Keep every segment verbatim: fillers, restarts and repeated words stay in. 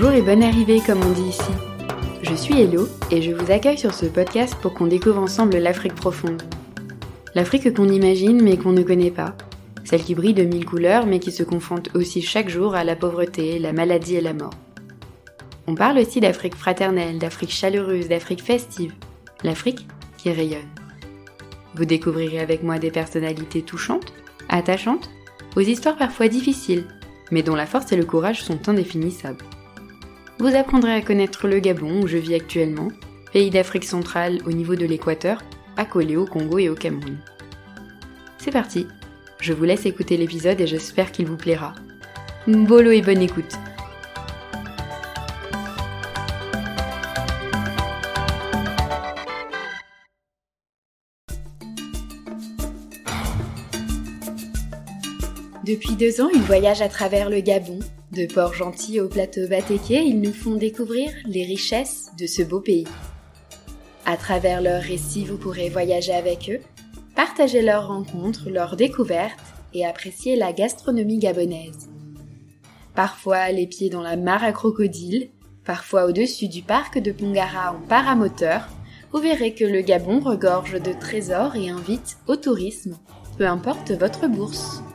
Bonjour et bonne arrivée comme on dit ici. Je suis Hello et je vous accueille sur ce podcast pour qu'on découvre ensemble l'Afrique profonde. L'Afrique qu'on imagine mais qu'on ne connaît pas. Celle qui brille de mille couleurs mais qui se confronte aussi chaque jour à la pauvreté, la maladie et la mort. On parle aussi d'Afrique fraternelle, d'Afrique chaleureuse, d'Afrique festive. L'Afrique qui rayonne. Vous découvrirez avec moi des personnalités touchantes, attachantes, aux histoires parfois difficiles, mais dont la force et le courage sont indéfinissables. Vous apprendrez à connaître le Gabon où je vis actuellement, pays d'Afrique centrale au niveau de l'équateur, accolé au Congo et au Cameroun. C'est parti, je vous laisse écouter l'épisode et j'espère qu'il vous plaira. Mbolo et bonne écoute. Depuis deux ans, ils voyagent à travers le Gabon. De Port-Gentil au plateau Batéké, ils nous font découvrir les richesses de ce beau pays. À travers leurs récits, vous pourrez voyager avec eux, partager leurs rencontres, leurs découvertes et apprécier la gastronomie gabonaise. Parfois les pieds dans la mare à crocodiles, parfois au-dessus du parc de Pongara en paramoteur, vous verrez que le Gabon regorge de trésors et invite au tourisme, peu importe votre bourse.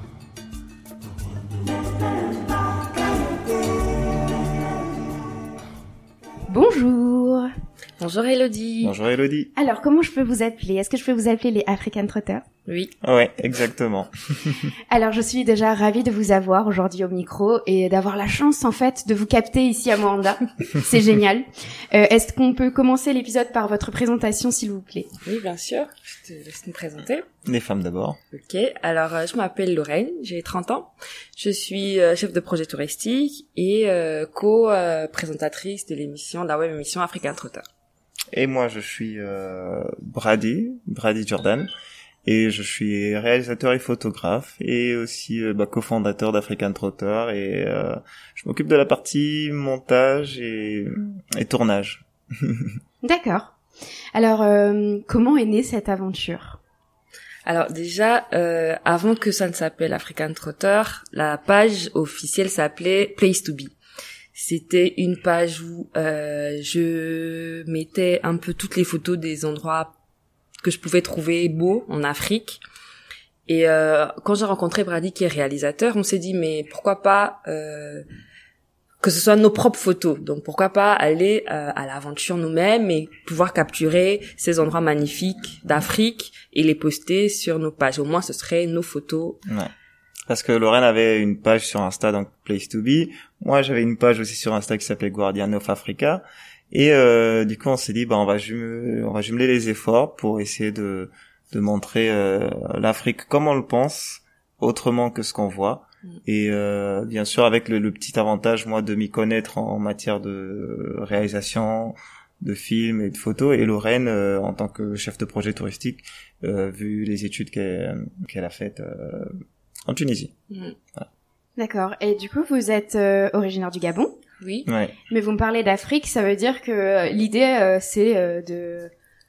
Bonjour. Bonjour Elodie. Bonjour Elodie. Alors, comment je peux vous appeler ? Est-ce que je peux vous appeler les African Trotters ? Oui. Ouais, exactement. Alors, je suis déjà ravie de vous avoir aujourd'hui au micro et d'avoir la chance, en fait, de vous capter ici à Moanda. C'est génial. Euh, est-ce qu'on peut commencer l'épisode par votre présentation, s'il vous plaît ? Oui, bien sûr. Je te laisse me présenter. Les femmes d'abord. Ok. Alors, euh, je m'appelle Lorraine. J'ai trente ans. Je suis euh, chef de projet touristique et euh, co-présentatrice de l'émission, de la web émission African Trotter. Et moi, je suis euh, Brady, Brady Jordan. Et je suis réalisateur et photographe et aussi euh, bah, cofondateur d'African Trotter et euh, je m'occupe de la partie montage et, et tournage. D'accord. Alors, euh, comment est née cette aventure ? Alors déjà, euh, avant que ça ne s'appelle African Trotter, la page officielle s'appelait Place to Be. C'était une page où euh, je mettais un peu toutes les photos des endroits que je pouvais trouver beaux en Afrique. Et euh, quand j'ai rencontré Brady qui est réalisateur, on s'est dit mais pourquoi pas euh, que ce soit nos propres photos. Donc pourquoi pas aller euh, à l'aventure nous-mêmes et pouvoir capturer ces endroits magnifiques d'Afrique et les poster sur nos pages. Au moins ce serait nos photos. Ouais. Parce que Lorraine avait une page sur Insta, donc Place to Be. Moi, j'avais une page aussi sur Insta qui s'appelait Guardian of Africa. Et euh, du coup, on s'est dit, bah, on va jumeler, on va jumeler les efforts pour essayer de de montrer euh, l'Afrique comme on le pense, autrement que ce qu'on voit. Mm. Et euh, bien sûr, avec le, le petit avantage, moi, de m'y connaître en matière de réalisation, de films et de photos. Et Lorraine, euh, en tant que chef de projet touristique, euh, vu les études qu'elle, qu'elle a faites euh, en Tunisie. Mm. Voilà. D'accord. Et du coup, vous êtes euh, originaire du Gabon ? Oui. Ouais. Mais vous me parlez d'Afrique, ça veut dire que l'idée euh, c'est euh, de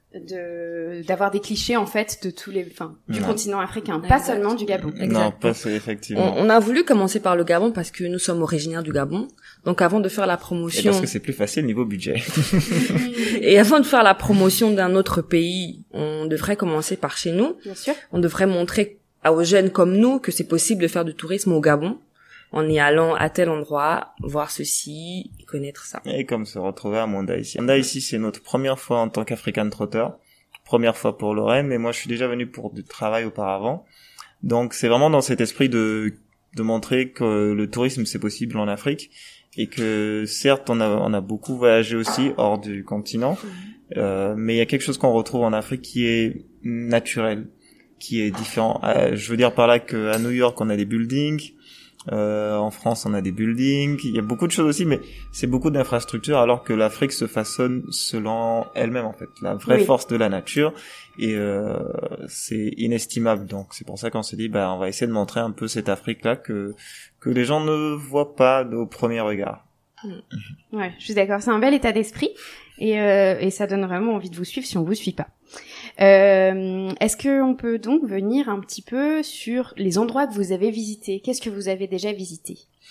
de d'avoir des clichés en fait de tous les enfin du non. continent africain, Exact. pas seulement du Gabon. Exact. Non, pas c'est effectivement. On, on a voulu commencer par le Gabon parce que nous sommes originaires du Gabon. Donc avant de faire la promotion Et parce que c'est plus facile niveau budget. Et avant de faire la promotion d'un autre pays, on devrait commencer par chez nous. Bien sûr. On devrait montrer aux jeunes comme nous que c'est possible de faire du tourisme au Gabon. En y allant à tel endroit, voir ceci, connaître ça. Et comme se retrouver à Moanda ici. Moanda ici, c'est notre première fois en tant qu'African Trotter. Première fois pour Lorraine, mais moi je suis déjà venu pour du travail auparavant. Donc c'est vraiment dans cet esprit de de montrer que le tourisme c'est possible en Afrique et que certes on a on a beaucoup voyagé aussi hors du continent, euh, mais il y a quelque chose qu'on retrouve en Afrique qui est naturel, qui est différent. Euh, je veux dire par là qu'à New York on a des buildings. Euh, en France, on a des buildings, il y a beaucoup de choses aussi, mais c'est beaucoup d'infrastructures, alors que l'Afrique se façonne selon elle-même, en fait, la vraie oui. force de la nature, et euh, c'est inestimable. Donc, c'est pour ça qu'on s'est dit, bah, on va essayer de montrer un peu cette Afrique-là que que les gens ne voient pas au premier regard. Mmh. Ouais, je suis d'accord. C'est un bel état d'esprit, et euh, et ça donne vraiment envie de vous suivre si on vous suit pas. Euh, est-ce que on peut donc venir un petit peu sur les endroits que vous avez visités ? Qu'est-ce que vous avez déjà visité ?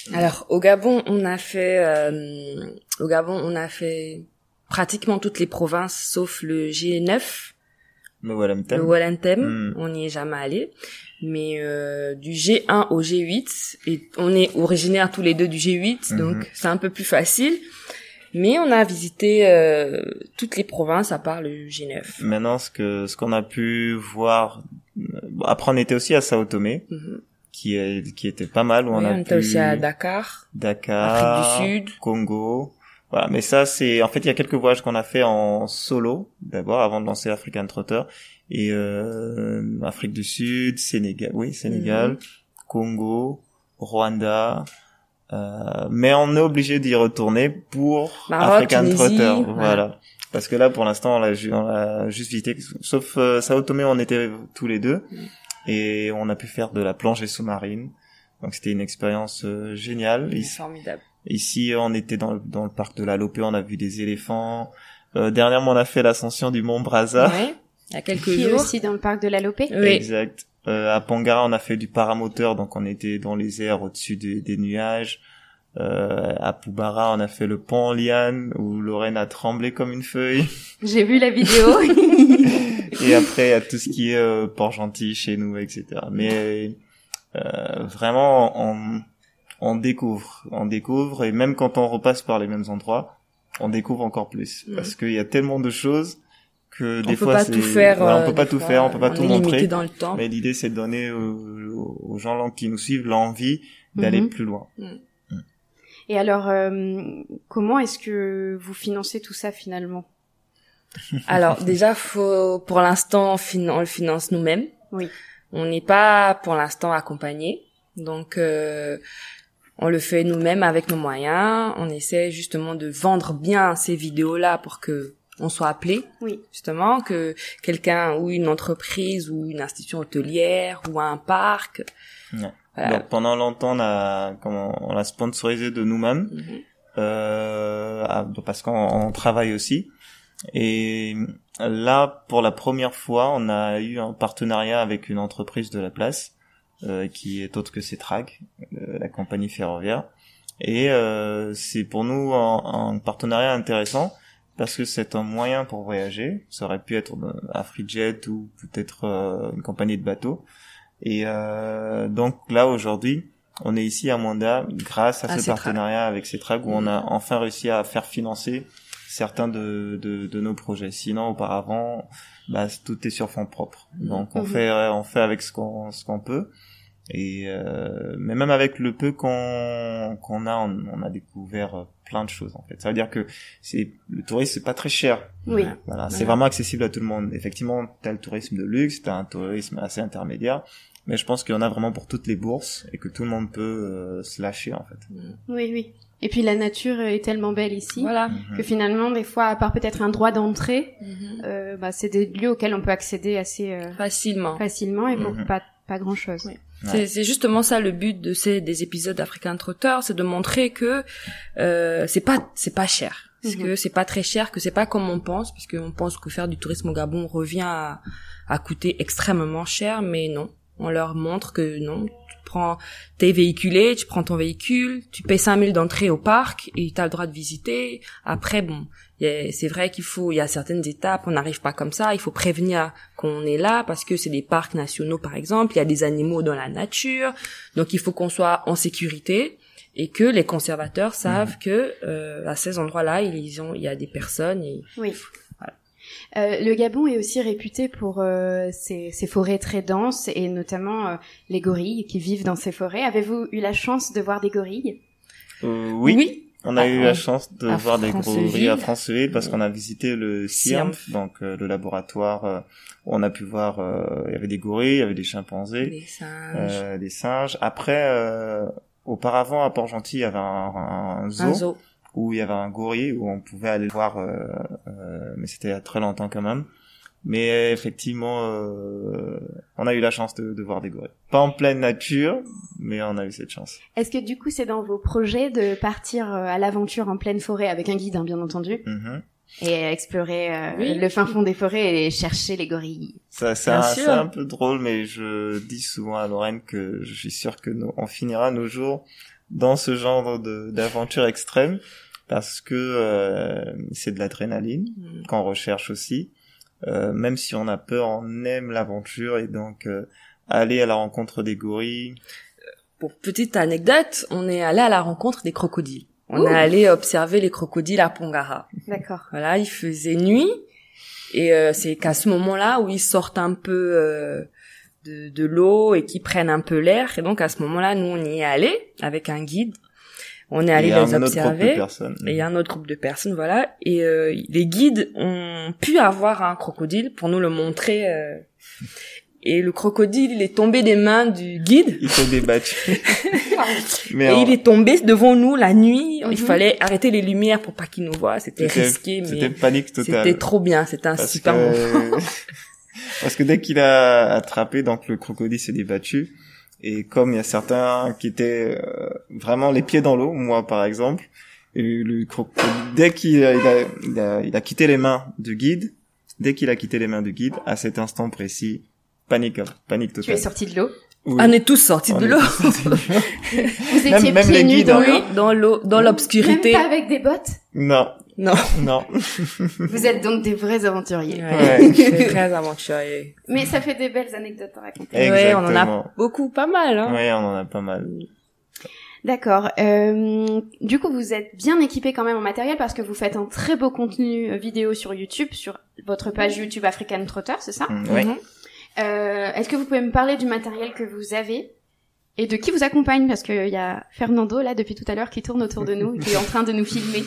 Alors au Gabon, on a fait euh, au Gabon, on a fait pratiquement toutes les provinces sauf le G neuf. Le Wellington. Le Wellington, mm. on n'y est jamais allé. Mais euh, du G un au G huit, et on est originaires tous les deux du G huit, mm-hmm. donc c'est un peu plus facile. Mais on a visité euh, toutes les provinces à part le G neuf. Maintenant, ce que ce qu'on a pu voir, après on était aussi à Sao Tomé, mm-hmm. qui est qui était pas mal où oui, on a on était pu... aussi à Dakar, Dakar, Afrique du Sud, Congo. Voilà, mais ça c'est en fait il y a quelques voyages qu'on a fait en solo d'abord avant de lancer African Trotter et euh, Afrique du Sud, Sénégal, oui Sénégal, mm-hmm. Congo, Rwanda. Euh, mais on est obligé d'y retourner pour Maroc, African Tunisie, Trotter, ouais. voilà. Parce que là pour l'instant on l'a, on l'a juste visité, sauf euh, Sao Tomé on était tous les deux mm. et on a pu faire de la plongée sous-marine. Donc c'était une expérience euh, géniale. C'est formidable. Ici, on était dans le, dans le parc de la Lopé, on a vu des éléphants. Euh, dernièrement, on a fait l'ascension du Mont Brazza. Oui, il y a quelques Qui jours. est aussi dans le parc de la Lopé. Oui. Exact. Euh, à Pangara, on a fait du paramoteur, donc on était dans les airs au-dessus des, des nuages. Euh, à Poubara, on a fait le pont en liane, où Lorraine a tremblé comme une feuille. J'ai vu la vidéo. Et après, il y a tout ce qui est euh, Port-Gentil chez nous, et cetera. Mais euh, vraiment, on... on découvre, on découvre, et même quand on repasse par les mêmes endroits, on découvre encore plus, mmh. parce qu'il y a tellement de choses que des on fois, peut c'est... pas tout faire, voilà, on peut euh, pas tout fois, faire, on peut pas on tout est montrer. Dans le temps. Mais l'idée, c'est de donner aux, aux gens qui nous suivent l'envie d'aller mmh. plus loin. Mmh. Mmh. Et alors, euh, comment est-ce que vous financez tout ça finalement? Alors déjà, faut, pour l'instant, on le finance nous-mêmes. Oui. On n'est pas, pour l'instant, accompagné. Donc, euh, on le fait nous-mêmes avec nos moyens. On essaie justement de vendre bien ces vidéos-là pour que on soit appelé. Oui. Justement, que quelqu'un ou une entreprise ou une institution hôtelière ou un parc. Ouais. Voilà. Donc, pendant longtemps, on a, comment, on l'a sponsorisé de nous-mêmes, mm-hmm. euh, parce qu'on on travaille aussi. Et là, pour la première fois, on a eu un partenariat avec une entreprise de la place. Euh, qui est autre que Cetrag, euh, la compagnie ferroviaire, et euh, c'est pour nous un, un partenariat intéressant parce que c'est un moyen pour voyager. Ça aurait pu être AfriJet ou peut-être euh, une compagnie de bateaux, et euh, donc là aujourd'hui on est ici à Mwanda grâce à, à ce Cetrag. Partenariat avec Cetrag où mmh. on a enfin réussi à faire financer certains de, de, de nos projets. Sinon auparavant bah tout est sur fonds propres, donc on mmh. fait on fait avec ce qu'on ce qu'on peut. Et euh, mais même avec le peu qu'on qu'on a, on, on a découvert plein de choses en fait. Ça veut dire que c'est le tourisme, c'est pas très cher. Oui. Voilà, voilà. C'est vraiment accessible à tout le monde. Effectivement, t'as le tourisme de luxe, t'as un tourisme assez intermédiaire, mais je pense qu'il y en a vraiment pour toutes les bourses et que tout le monde peut euh, se lâcher en fait. Oui, oui. Et puis la nature est tellement belle ici voilà. que finalement, des fois, à part peut-être un droit d'entrée, mm-hmm. euh, bah, c'est des lieux auxquels on peut accéder assez euh, facilement, facilement et pour mm-hmm. pas pas grand chose. Oui. Ouais. C'est, c'est justement ça le but de ces des épisodes d'African Trotter, c'est de montrer que euh, c'est pas c'est pas cher, parce mm-hmm. que c'est pas très cher, que c'est pas comme on pense, parce qu'on pense que faire du tourisme au Gabon revient à, à coûter extrêmement cher, mais non, on leur montre que non. Tu prends, t'es véhiculé, tu prends ton véhicule, tu payes cinq mille d'entrée au parc et t'as le droit de visiter. Après, bon, y a, c'est vrai qu'il faut, il y a certaines étapes, on n'arrive pas comme ça, il faut prévenir qu'on est là parce que c'est des parcs nationaux par exemple, il y a des animaux dans la nature, donc il faut qu'on soit en sécurité et que les conservateurs savent mmh. que euh, à ces endroits-là, ils ont, il y a des personnes et oui. Euh, le Gabon est aussi réputé pour euh, ses, ses forêts très denses et notamment euh, les gorilles qui vivent dans ces forêts. Avez-vous eu la chance de voir des gorilles? euh, Oui. Oui. On a ah, eu la chance de voir des gorilles à Franceville parce oui. qu'on a visité le C I R M F, donc euh, le laboratoire euh, où on a pu voir, euh, il y avait des gorilles, il y avait des chimpanzés, des singes. Euh, des singes. Après, euh, auparavant à Port-Gentil, il y avait un, un zoo. Un zoo. Où il y avait un gorille, où on pouvait aller voir, euh, euh, mais c'était il y a très longtemps quand même. Mais effectivement, euh, on a eu la chance de, de voir des gorilles. Pas en pleine nature, mais on a eu cette chance. Est-ce que du coup, c'est dans vos projets de partir à l'aventure en pleine forêt, avec un guide, hein, bien entendu, mm-hmm. et explorer euh, oui. le fin fond des forêts et chercher les gorilles? Ça, c'est, un, c'est un peu drôle, mais je dis souvent à Lorraine que je suis sûr que nous, on finira nos jours dans ce genre de d'aventure extrême parce que euh, c'est de l'adrénaline mmh. qu'on recherche aussi. Euh, même si on a peur, on aime l'aventure et donc euh, aller à la rencontre des gorilles. Pour petite anecdote, on est allé à la rencontre des crocodiles. On Ouh. est allé observer les crocodiles à Pongara. D'accord. Voilà, il faisait nuit et euh, c'est qu'à ce moment-là où ils sortent un peu euh, de, de l'eau et qu'ils prennent un peu l'air. Et donc à ce moment-là, nous on y est allé avec un guide. On est allé les observer. Et il y a un autre groupe de personnes, voilà. Et euh, les guides ont pu avoir un crocodile pour nous le montrer. Euh, et le crocodile, il est tombé des mains du guide. Il s'est débattu. Mais et en... il est tombé devant nous la nuit. Mm-hmm. Il fallait arrêter les lumières pour pas qu'il nous voie. C'était, c'était risqué, mais c'était panique totale. C'était trop bien. C'était un Parce super que... moment. Parce que dès qu'il a attrapé, donc le crocodile s'est débattu. Et comme il y a certains qui étaient euh, vraiment les pieds dans l'eau, moi par exemple, et le, le crocodile, dès qu'il a, il a, il a, il a quitté les mains du guide, dès qu'il a quitté les mains du guide, à cet instant précis, panique, panique totale. Tu es sorti de l'eau? Oui. On est tous sortis de l'eau. Vous étiez même, pieds même nus dans l'eau? Dans l'eau, dans l'obscurité. Même pas avec des bottes? Non. Non. Non. Vous êtes donc des vrais aventuriers. Ouais, des vrais aventuriers. Mais ça fait des belles anecdotes à raconter. Ouais, on en a beaucoup, pas mal, hein. Ouais, on en a pas mal. D'accord. Euh, du coup, vous êtes bien équipés quand même en matériel parce que vous faites un très beau contenu vidéo sur YouTube, sur votre page YouTube African Trotter, c'est ça? Mmh, ouais. Euh, est-ce que vous pouvez me parler du matériel que vous avez et de qui vous accompagne? Parce qu'il y a Fernando, là, depuis tout à l'heure, qui tourne autour de nous et qui est en train de nous filmer.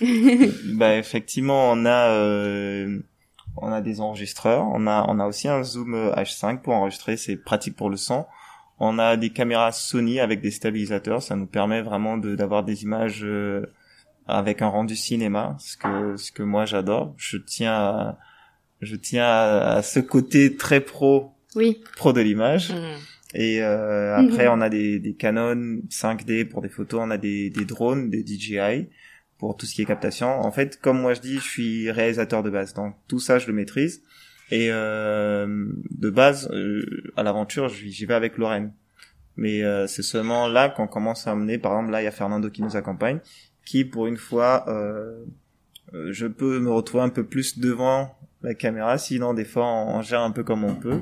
Bah, effectivement, on a, euh, on a des enregistreurs. On a, on a aussi un Zoom H cinq pour enregistrer. C'est pratique pour le son. On a des caméras Sony avec des stabilisateurs. Ça nous permet vraiment de, d'avoir des images euh, avec un rendu cinéma. Ce que, ce que moi j'adore. Je tiens à, je tiens à, à ce côté très pro, oui. pro de l'image. Mmh. Et euh, après, mmh. on a des, des Canon cinq D pour des photos, on a des, des drones, des D J I pour tout ce qui est captation. En fait, comme moi je dis, je suis réalisateur de base, donc tout ça je le maîtrise. Et euh, de base, euh, à l'aventure, j'y vais avec Lorraine. Mais euh, c'est seulement là qu'on commence à mener. Par exemple, là, il y a Fernando qui nous accompagne, qui pour une fois, euh, je peux me retrouver un peu plus devant la caméra, sinon des fois on, on gère un peu comme on peut,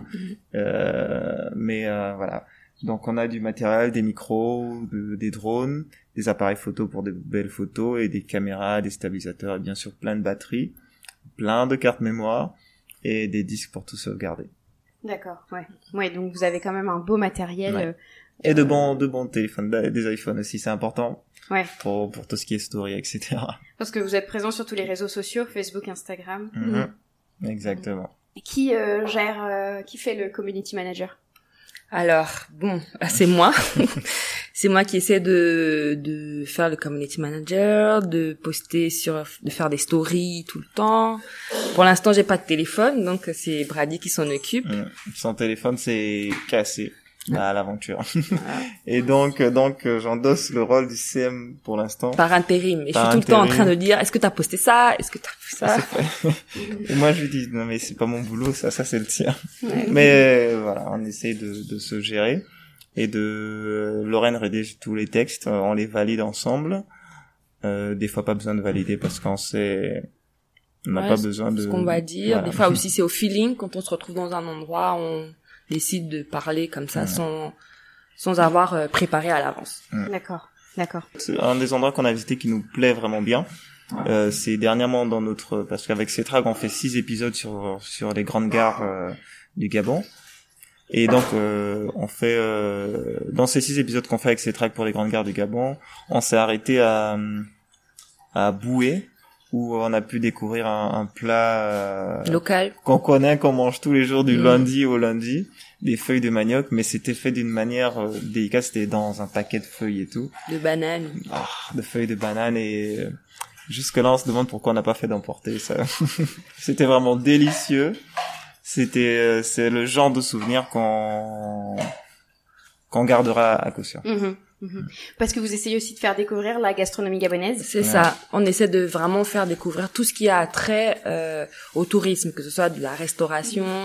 euh, mais euh, voilà. Donc on a du matériel, des micros, de, des drones, des appareils photo pour de belles photos et des caméras, des stabilisateurs et bien sûr plein de batteries, plein de cartes mémoire et des disques pour tout sauvegarder. D'accord, ouais. Ouais, donc vous avez quand même un beau matériel. Ouais. Euh, et de bons, de bons téléphones, des iPhones aussi, c'est important. Ouais. Pour pour tout ce qui est story, et cetera. Parce que vous êtes présent sur tous les réseaux sociaux, Facebook, Instagram. Mm-hmm. Exactement. Qui euh, gère, euh, qui fait le community manager? Alors, bon, c'est moi. C'est moi qui essaie de de faire le community manager, de poster sur, de faire des stories tout le temps. Pour l'instant, j'ai pas de téléphone, donc c'est Brady qui s'en occupe. Mmh. Son téléphone s'est cassé à l'aventure. Et donc, donc, j'endosse le rôle du C M pour l'instant. Par intérim. Et Par je suis tout intérim. le temps en train de dire, est-ce que t'as posté ça? Est-ce que t'as fait ça? Et moi, je lui dis, non, mais c'est pas mon boulot, ça, ça, c'est le tien. Ouais. Mais, euh, voilà, on essaie de, de se gérer. Et de, euh, Lorraine rédige tous les textes, on les valide ensemble. Euh, des fois, pas besoin de valider parce qu'on sait, on n'a ouais, pas besoin de... ce qu'on va dire. Voilà. Des fois aussi, c'est au feeling. Quand on se retrouve dans un endroit, on décide de parler comme ça, ouais. sans, sans avoir euh, préparé à l'avance. Ouais. D'accord, d'accord. C'est un des endroits qu'on a visité qui nous plaît vraiment bien. Euh, c'est dernièrement dans notre, parce qu'avec Cetrag, on fait six épisodes sur, sur les grandes gares, euh, du Gabon. Et donc, euh, on fait, euh, dans ces six épisodes qu'on fait avec Cetrag pour les grandes gares du Gabon, on s'est arrêté à, à Boué, où on a pu découvrir un, un plat euh, local qu'on connaît, qu'on mange tous les jours du mmh. lundi au lundi, des feuilles de manioc, mais c'était fait d'une manière euh, délicate, c'était dans un paquet de feuilles et tout. De bananes. Ah, de feuilles de bananes et euh, jusque-là on se demande pourquoi on n'a pas fait d'emporter ça. C'était vraiment délicieux. C'était euh, c'est le genre de souvenir qu'on qu'on gardera à caution. Mmh. Mmh. Parce que vous essayez aussi de faire découvrir la gastronomie gabonaise. C'est ouais. ça. On essaie de vraiment faire découvrir tout ce qui a trait euh, au tourisme, que ce soit de la restauration,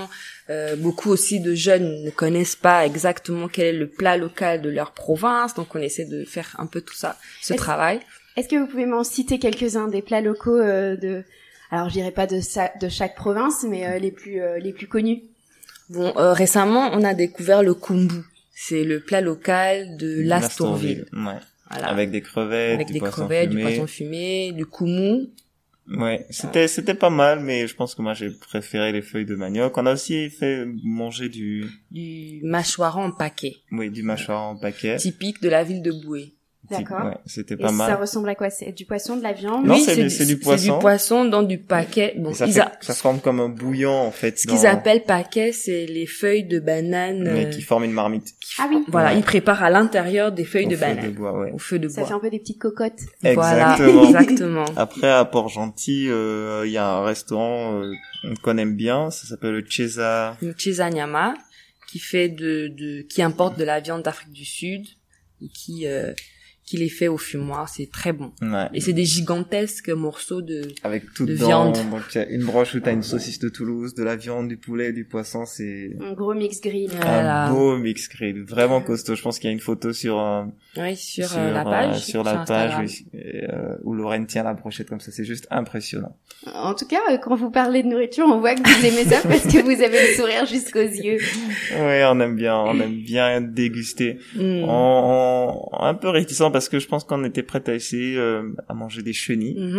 Euh, beaucoup aussi de jeunes ne connaissent pas exactement quel est le plat local de leur province, donc on essaie de faire un peu tout ça, ce est-ce, travail. Est-ce que vous pouvez m'en citer quelques-uns des plats locaux euh, de, alors je dirais pas de, sa, de chaque province, mais euh, les plus euh, les plus connus? Bon, euh, récemment, on a découvert le kumbu. C'est le plat local de l'Astorville. Ouais. Voilà. Avec des crevettes, Avec du des poisson crevettes, fumé. du poisson fumé, du kumu. Ouais, c'était c'était pas mal, mais je pense que moi j'ai préféré les feuilles de manioc. On a aussi fait manger du Du mâchoiron en paquet. oui du mâchoire en paquet. Typique de la ville de Boué. D'accord. Ouais, c'était Et pas mal. ça ressemble à quoi? C'est du poisson, de la viande? Non, oui, c'est c'est du- c'est du poisson. C'est du poisson dans du paquet. Bon, Et ça, ils fait- a- ça forme comme un bouillon en fait. ce dans- qu'ils appellent paquet, c'est les feuilles de banane. mais euh, qui forme une marmite. Ah oui. Voilà, Ouais. ils préparent à l'intérieur des feuilles Au de feu banane. de bois, ouais. Au feu de Ça bois. fait un peu des petites cocottes. Voilà, Exactement. exactement. Après, à Port-Gentil, euh, il y a un restaurant euh, qu'on aime bien, ça s'appelle le Cesa. Une Chesanyama qui fait de, de, qui importe de la viande d'Afrique du Sud et qui, euh, qui les fait au fumoir. C'est très bon. Ouais. Et c'est des gigantesques morceaux de, Avec tout de dedans. viande. Donc, il y a une broche où t'as une saucisse de Toulouse, de la viande, du poulet, du poisson, c'est Un gros mix grill. Voilà. un beau mix grill. Vraiment costaud. Je pense qu'il y a une photo sur, euh, oui, sur, sur euh, la euh, page. sur la page, Instagram. oui, et, euh, où Lorraine tient la brochette comme ça. C'est juste impressionnant. En tout cas, euh, quand vous parlez de nourriture, on voit que vous aimez ça parce que vous avez le sourire jusqu'aux yeux. Ouais, on aime bien, on aime bien déguster. Mm. On, on- un peu réticent parce que je pense qu'on était prêt à essayer euh, à manger des chenilles. Mhm.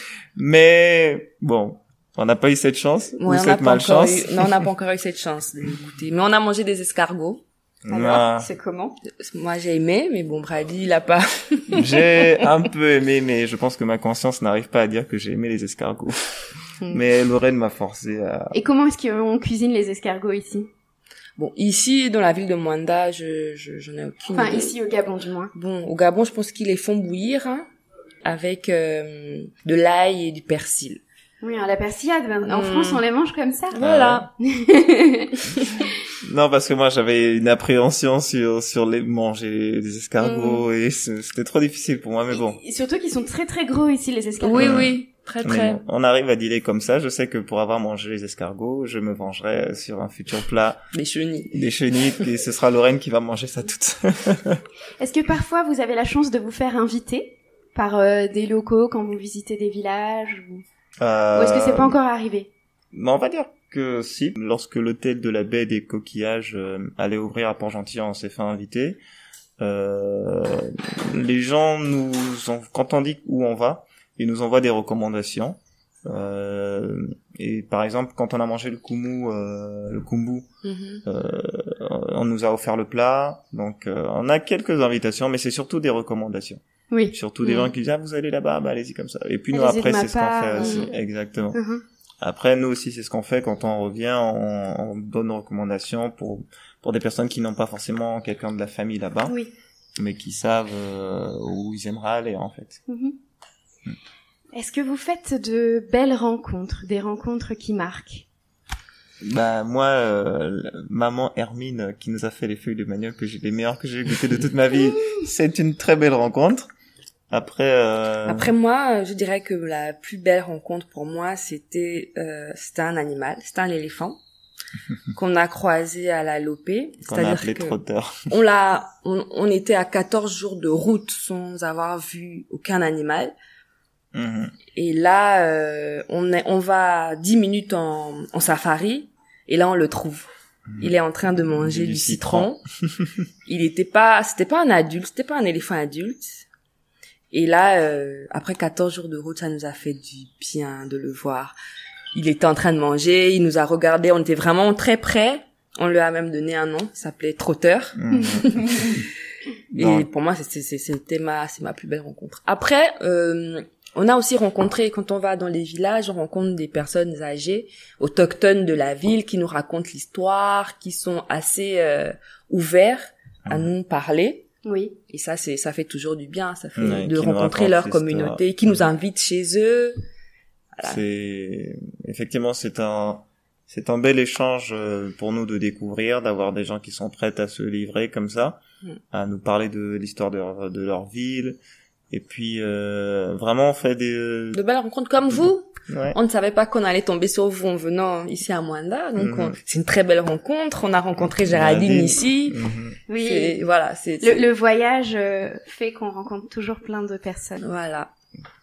Mais bon, on n'a pas eu cette chance Ouais, ou on n'a cette pas encore malchance. eu, non, on n'a pas encore eu cette chance de goûter. Mais on a mangé des escargots. Alors, Ah, c'est comment? Moi, j'ai aimé, mais bon, Brady, il a pas. j'ai un peu aimé, mais je pense que ma conscience n'arrive pas à dire que j'ai aimé les escargots. Hmm. Mais Lorraine m'a forcé à... Et comment est-ce qu'on cuisine les escargots ici? Bon, ici, dans la ville de Mwanda, je, je, j'en ai aucune Enfin, idée. ici au Gabon du moins. Bon, au Gabon, je pense qu'ils les font bouillir, hein, avec, euh, de l'ail et du persil. Oui, hein, la persillade, ben, en Hmm. France, on les mange comme ça. Voilà. Non, parce que moi j'avais une appréhension sur sur les manger des escargots et c- c'était trop difficile pour moi, mais bon. Et surtout qu'ils sont très très gros ici, les escargots. Oui, Ouais. oui. Très, Mais très. bon, on arrive à dealer comme ça. Je sais que pour avoir mangé les escargots, je me vengerai sur un futur plat Des chenilles. des chenilles et ce sera Lorraine qui va manger ça toute seule. Est-ce que parfois vous avez la chance de vous faire inviter par euh, des locaux quand vous visitez des villages ou, Euh, ou est-ce que c'est pas encore arrivé? Mais on va dire que si, lorsque l'hôtel de la baie des coquillages euh, allait ouvrir à Port-Gentil, on s'est fait inviter. Euh, les gens nous, ont, quand on dit où on va, ils nous envoient des recommandations. Euh, et par exemple, quand on a mangé le kumu, euh, le kumbu, Mhm. euh, on nous a offert le plat. Donc, euh, on a quelques invitations, mais c'est surtout des recommandations. Oui. Surtout des Mhm. gens qui disent ah vous allez là-bas, bah allez-y comme ça. Et puis nous Allez-y de après ma c'est ce qu'on part, fait aussi. mhm. Exactement. Mhm. Après, nous aussi, c'est ce qu'on fait quand on revient, on, on donne nos recommandations pour pour des personnes qui n'ont pas forcément quelqu'un de la famille là-bas, Oui. mais qui savent euh, où ils aimeraient aller en fait. Mhm. Est-ce que vous faites de belles rencontres, des rencontres qui marquent? Bah moi, euh, la- maman Hermine qui nous a fait les feuilles de manioc que j'ai les meilleures que j'ai goûtées de toute ma vie, c'est une très belle rencontre. Après, euh... Après moi, je dirais que la plus belle rencontre pour moi, c'était euh, c'était un animal, c'était un éléphant qu'on a croisé à la Lopé. qu'on a appelé que trotteur. on l'a, on, on était à quatorze jours de route sans avoir vu aucun animal. Mhm. Et là, euh, on est, on va dix minutes en, en safari et là on le trouve. Il est en train de manger Du du, citron. citron. Il était pas, c'était pas un adulte, c'était pas un éléphant adulte. Et là, euh, après quatorze jours de route, ça nous a fait du bien de le voir. Il était en train de manger, il nous a regardé, on était vraiment très près. On lui a même donné un nom, il s'appelait Trotteur. Mhm. Et Non. pour moi, c'est- c'est- c'était ma, c'est ma plus belle rencontre. Après, euh, on a aussi rencontré, quand on va dans les villages, on rencontre des personnes âgées, autochtones de la ville, qui nous racontent l'histoire, qui sont assez euh, ouverts à nous parler. Oui. Et ça, c'est, ça fait toujours du bien. Ça fait Ouais, de qui nous rencontrer racontent leur l'histoire. communauté, qui nous invitent chez eux. Voilà. C'est effectivement c'est un c'est un bel échange euh, pour nous de découvrir, d'avoir des gens qui sont prêts à se livrer comme ça, Mm. à nous parler de l'histoire de leur, de leur ville, Et puis euh, vraiment on fait des euh... de belles rencontres comme vous. Ouais. On ne savait pas qu'on allait tomber sur vous en venant ici à Mwanda, donc mm-hmm. on... c'est une très belle rencontre. On a rencontré Géraldine, Géraldine. ici. Mm-hmm. Oui. C'est... Voilà, c'est, c'est... Le, le voyage euh, fait qu'on rencontre toujours plein de personnes. Voilà.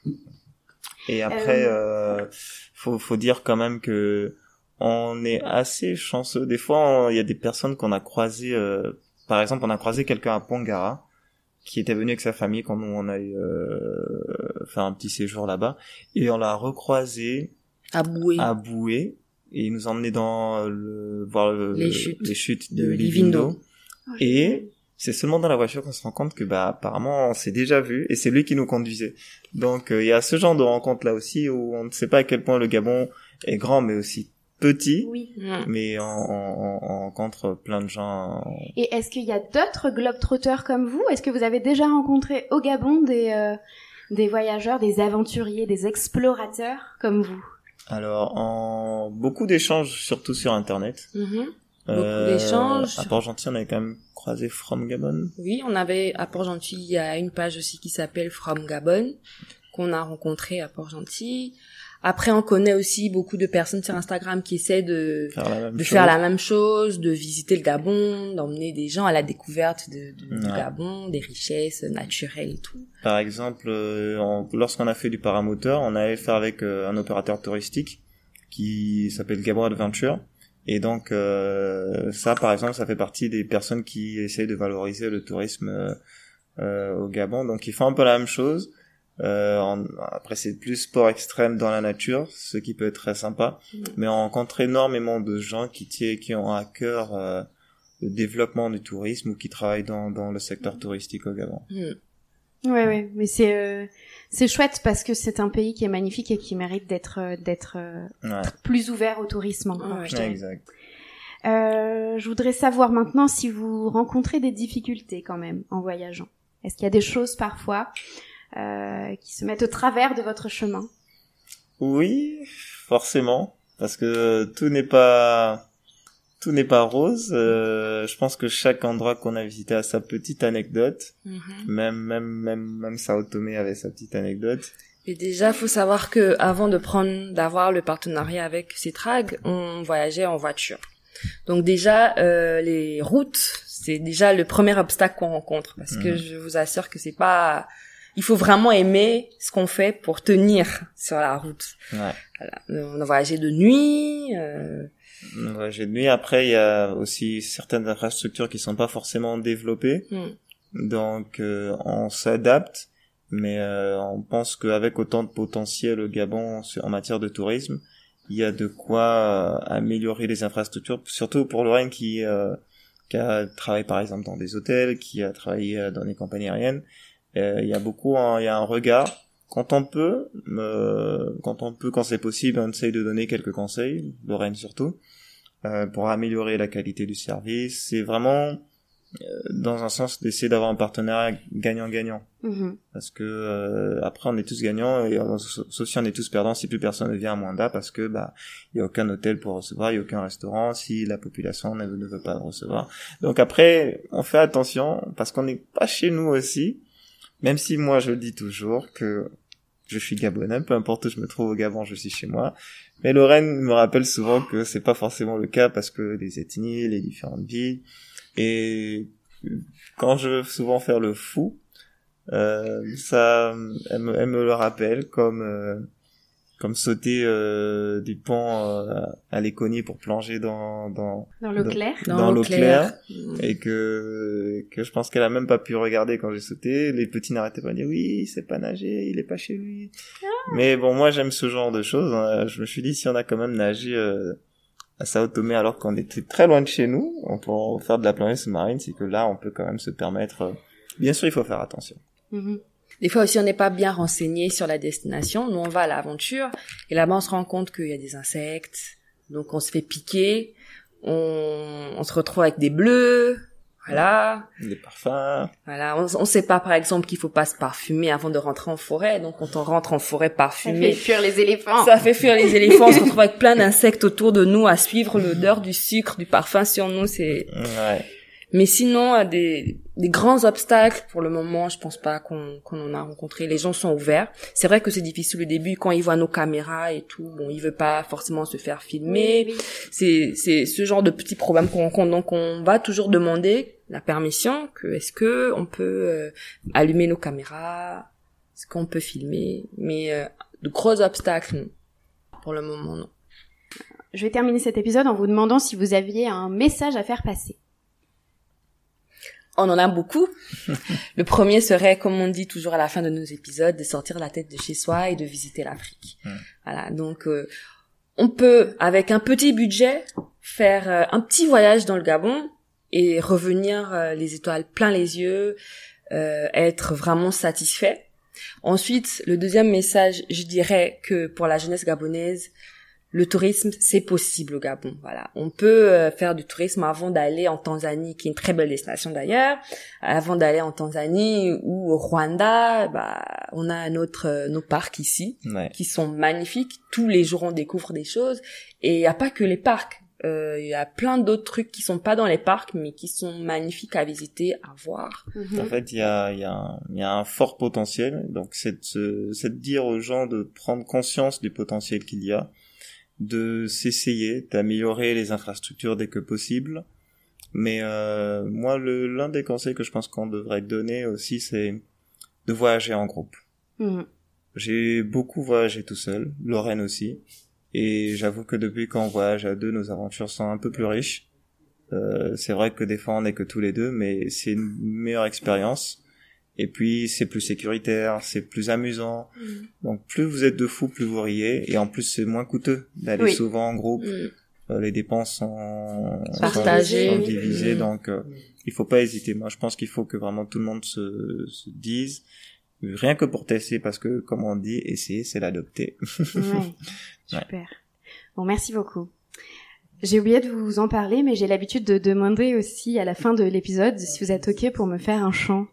Et après, euh... Euh, faut faut dire quand même que on est assez chanceux. Des fois, il y a des personnes qu'on a croisées. Euh... Par exemple, on a croisé quelqu'un à Pongara qui était venu avec sa famille quand nous on a euh, fait un petit séjour là-bas, et on l'a recroisé à Boué. À Boué, et il nous a emmené dans le voir le, les chutes, les chutes de, de Livindo. Livindo. Et c'est seulement dans la voiture qu'on se rend compte que bah apparemment on s'est déjà vu, et c'est lui qui nous conduisait. Donc il euh, y a ce genre de rencontre là aussi où on ne sait pas à quel point le Gabon est grand mais aussi petit, oui. mais on, on, on rencontre plein de gens. Et est-ce qu'il y a d'autres globetrotters comme vous? Est-ce que vous avez déjà rencontré au Gabon des euh, des voyageurs, des aventuriers, des explorateurs comme vous? Alors, en beaucoup d'échanges, surtout sur Internet. Mm-hmm. Euh, beaucoup d'échanges. À Port-Gentil, on avait quand même croisé From Gabon. Oui, on avait à Port-Gentil, il y a une page aussi qui s'appelle From Gabon qu'on a rencontré à Port-Gentil. Après, on connaît aussi beaucoup de personnes sur Instagram qui essaient de faire la même, de chose. Faire la même chose, de visiter le Gabon, d'emmener des gens à la découverte de, de, ouais. du Gabon, des richesses naturelles et tout. Par exemple, euh, on, lorsqu'on a fait du paramoteur, on allait faire avec euh, un opérateur touristique qui s'appelle Gabon Adventure. Et donc, euh, ça, par exemple, ça fait partie des personnes qui essaient de valoriser le tourisme euh, euh, au Gabon. Donc, ils font un peu la même chose. Euh, en, après c'est plus sport extrême dans la nature, ce qui peut être très sympa, mmh. mais on rencontre énormément de gens qui tiennent, qui ont à cœur euh, le développement du tourisme ou qui travaillent dans dans le secteur touristique au Gabon. Mmh. Ouais ouais, mais c'est euh, c'est chouette parce que c'est un pays qui est magnifique et qui mérite d'être euh, d'être euh, ouais. plus ouvert au tourisme encore. Ouais, ouais, exact. Euh, je voudrais savoir maintenant si vous rencontrez des difficultés quand même en voyageant. Est-ce qu'il y a des choses parfois Euh, qui se mettent au travers de votre chemin? Oui, forcément, parce que tout n'est pas tout n'est pas rose. Euh, je pense que chaque endroit qu'on a visité a sa petite anecdote. Mm-hmm. Même même même même Sao Tomé avait sa petite anecdote. Et déjà, faut savoir que avant de prendre d'avoir le partenariat avec Cetrag, on voyageait en voiture. Donc déjà, euh, les routes, c'est déjà le premier obstacle qu'on rencontre, parce mm. que je vous assure que c'est pas il faut vraiment aimer ce qu'on fait pour tenir sur la route. Ouais. Voilà. On a voyagé de nuit. Euh... On a voyagé de nuit. Après, il y a aussi certaines infrastructures qui sont pas forcément développées. Mm. Donc, euh, on s'adapte. Mais euh, on pense qu'avec autant de potentiel au Gabon en matière de tourisme, il y a de quoi euh, améliorer les infrastructures. Surtout pour Lorraine qui, euh, qui a travaillé par exemple dans des hôtels, qui a travaillé dans des compagnies aériennes. Il euh, y a beaucoup, il hein, y a un regard. Quand on peut, euh, quand on peut, quand c'est possible, on essaye de donner quelques conseils, Lorraine surtout, euh, pour améliorer la qualité du service. C'est vraiment euh, dans un sens d'essayer d'avoir un partenariat gagnant-gagnant. Mm-hmm. Parce que euh, après on est tous gagnants et sauf si on est tous perdants si plus personne ne vient à Mwanda parce que bah il y a aucun hôtel pour recevoir, il y a aucun restaurant si la population ne, ne veut pas le recevoir. Donc après on fait attention parce qu'on n'est pas chez nous aussi. Même si moi je le dis toujours que je suis gabonais, peu importe où je me trouve au Gabon, je suis chez moi. Mais Lorraine me rappelle souvent que c'est pas forcément le cas parce que les ethnies, les différentes villes. Et quand je veux souvent faire le fou, euh, ça, elle me, elle me le rappelle comme euh, comme sauter euh, du pont euh, à Léconie pour plonger dans dans dans l'eau claire, dans, dans l'eau claire, claire et que que je pense qu'elle a même pas pu regarder quand j'ai sauté. Les petits n'arrêtaient pas de dire oui, il sait pas nager, il est pas chez lui. Ah. Mais bon, moi j'aime ce genre de choses. Hein. Je me suis dit si on a quand même nagé euh, à Sao Tomé alors qu'on était très loin de chez nous, on peut faire de la plongée sous-marine, c'est que là on peut quand même se permettre. Euh... Bien sûr, il faut faire attention. Mm-hmm. Des fois aussi, on n'est pas bien renseigné sur la destination. Nous, on va à l'aventure et là-bas, on se rend compte qu'il y a des insectes. Donc, on se fait piquer. On, on se retrouve avec des bleus. Voilà. Des parfums. Voilà. On, on sait pas, par exemple, qu'il faut pas se parfumer avant de rentrer en forêt. Donc, quand on rentre en forêt parfumée. Ça fait fuir les éléphants. Ça fait fuir les éléphants. On se retrouve avec plein d'insectes autour de nous à suivre l'odeur du sucre, du parfum sur nous. C'est. Ouais. Mais sinon, des, des grands obstacles, pour le moment, je pense pas qu'on, qu'on en a rencontré. Les gens sont ouverts. C'est vrai que c'est difficile au début quand ils voient nos caméras et tout. Bon, ils veulent pas forcément se faire filmer. Oui, oui. C'est, c'est ce genre de petits problèmes qu'on rencontre. Donc, on va toujours demander la permission que est-ce que on peut euh, allumer nos caméras, est-ce qu'on peut filmer. Mais euh, de gros obstacles, non. Pour le moment, non. Je vais terminer cet épisode en vous demandant si vous aviez un message à faire passer. On en a beaucoup. Le premier serait, comme on dit toujours à la fin de nos épisodes, de sortir la tête de chez soi et de visiter l'Afrique. Mmh. Voilà, donc euh, on peut, avec un petit budget, faire euh, un petit voyage dans le Gabon et revenir euh, les étoiles plein les yeux, euh, être vraiment satisfait. Ensuite, le deuxième message, je dirais que pour la jeunesse gabonaise, le tourisme, c'est possible au Gabon. Voilà, on peut euh, faire du tourisme avant d'aller en Tanzanie, qui est une très belle destination d'ailleurs. Avant d'aller en Tanzanie ou au Rwanda, bah, on a notre euh, nos parcs ici, ouais. qui sont magnifiques. Tous les jours, on découvre des choses. Et il y a pas que les parcs. Il euh, y a plein d'autres trucs qui sont pas dans les parcs, mais qui sont magnifiques à visiter, à voir. Mm-hmm. En fait, il y a il y a un, il y a un fort potentiel. Donc, c'est de, c'est de dire aux gens de prendre conscience du potentiel qu'il y a, de s'essayer, d'améliorer les infrastructures dès que possible. Mais euh, moi, le, l'un des conseils que je pense qu'on devrait donner aussi, c'est de voyager en groupe. Mmh. J'ai beaucoup voyagé tout seul, Lorraine aussi, et j'avoue que depuis qu'on voyage à deux, nos aventures sont un peu plus riches. Euh, c'est vrai que des fois, on n'est que tous les deux, mais c'est une meilleure expérience. Et puis, c'est plus sécuritaire, c'est plus amusant. Mmh. Donc, plus vous êtes de fous, plus vous riez. Et en plus, c'est moins coûteux d'aller oui. souvent en groupe. Mmh. Euh, les dépenses sont, partagées, sont divisées. Mmh. Donc, euh, il faut pas hésiter. Moi, je pense qu'il faut que vraiment tout le monde se, se dise, rien que pour tester, parce que, comme on dit, essayer, c'est l'adopter. Ouais, super. Ouais. Bon, merci beaucoup. J'ai oublié de vous en parler, mais j'ai l'habitude de demander aussi à la fin de l'épisode si vous êtes OK pour me faire un chant.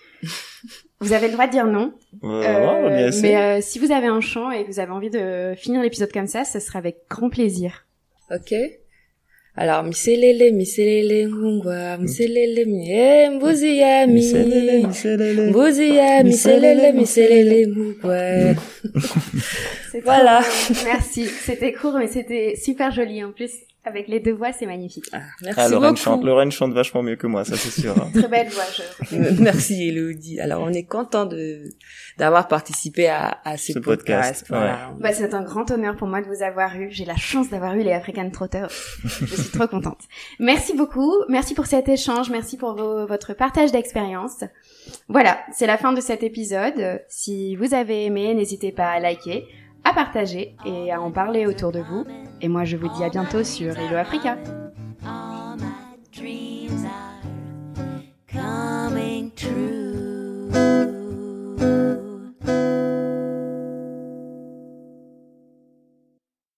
Vous avez le droit de dire non, euh, euh, mais euh, si vous avez un chant et que vous avez envie de finir l'épisode comme ça, ce sera avec grand plaisir. Ok. Alors, miselele, miselele, ngungwa, miselele, mi, mbuziya, mi, mbuziya, miselele, miselele, ngungwa. Voilà. Merci. C'était court, mais c'était super joli en plus. Avec les deux voix, c'est magnifique. Ah, merci ah, Lorraine beaucoup. Chante, Lorraine chante vachement mieux que moi, ça c'est sûr. Hein. Très belle voix, je... Merci Elodie. Alors, on est content de d'avoir participé à, à ce, ce podcast. podcast. Voilà. Ouais. Bah, c'est un grand honneur pour moi de vous avoir eu. J'ai la chance d'avoir eu les African Trotters. Je suis trop contente. Merci beaucoup. Merci pour cet échange. Merci pour vos, votre partage d'expérience. Voilà, c'est la fin de cet épisode. Si vous avez aimé, n'hésitez pas à liker, à partager et à en parler autour de vous. Et moi, je vous dis à bientôt sur Hello Africa. All my dreams are coming true.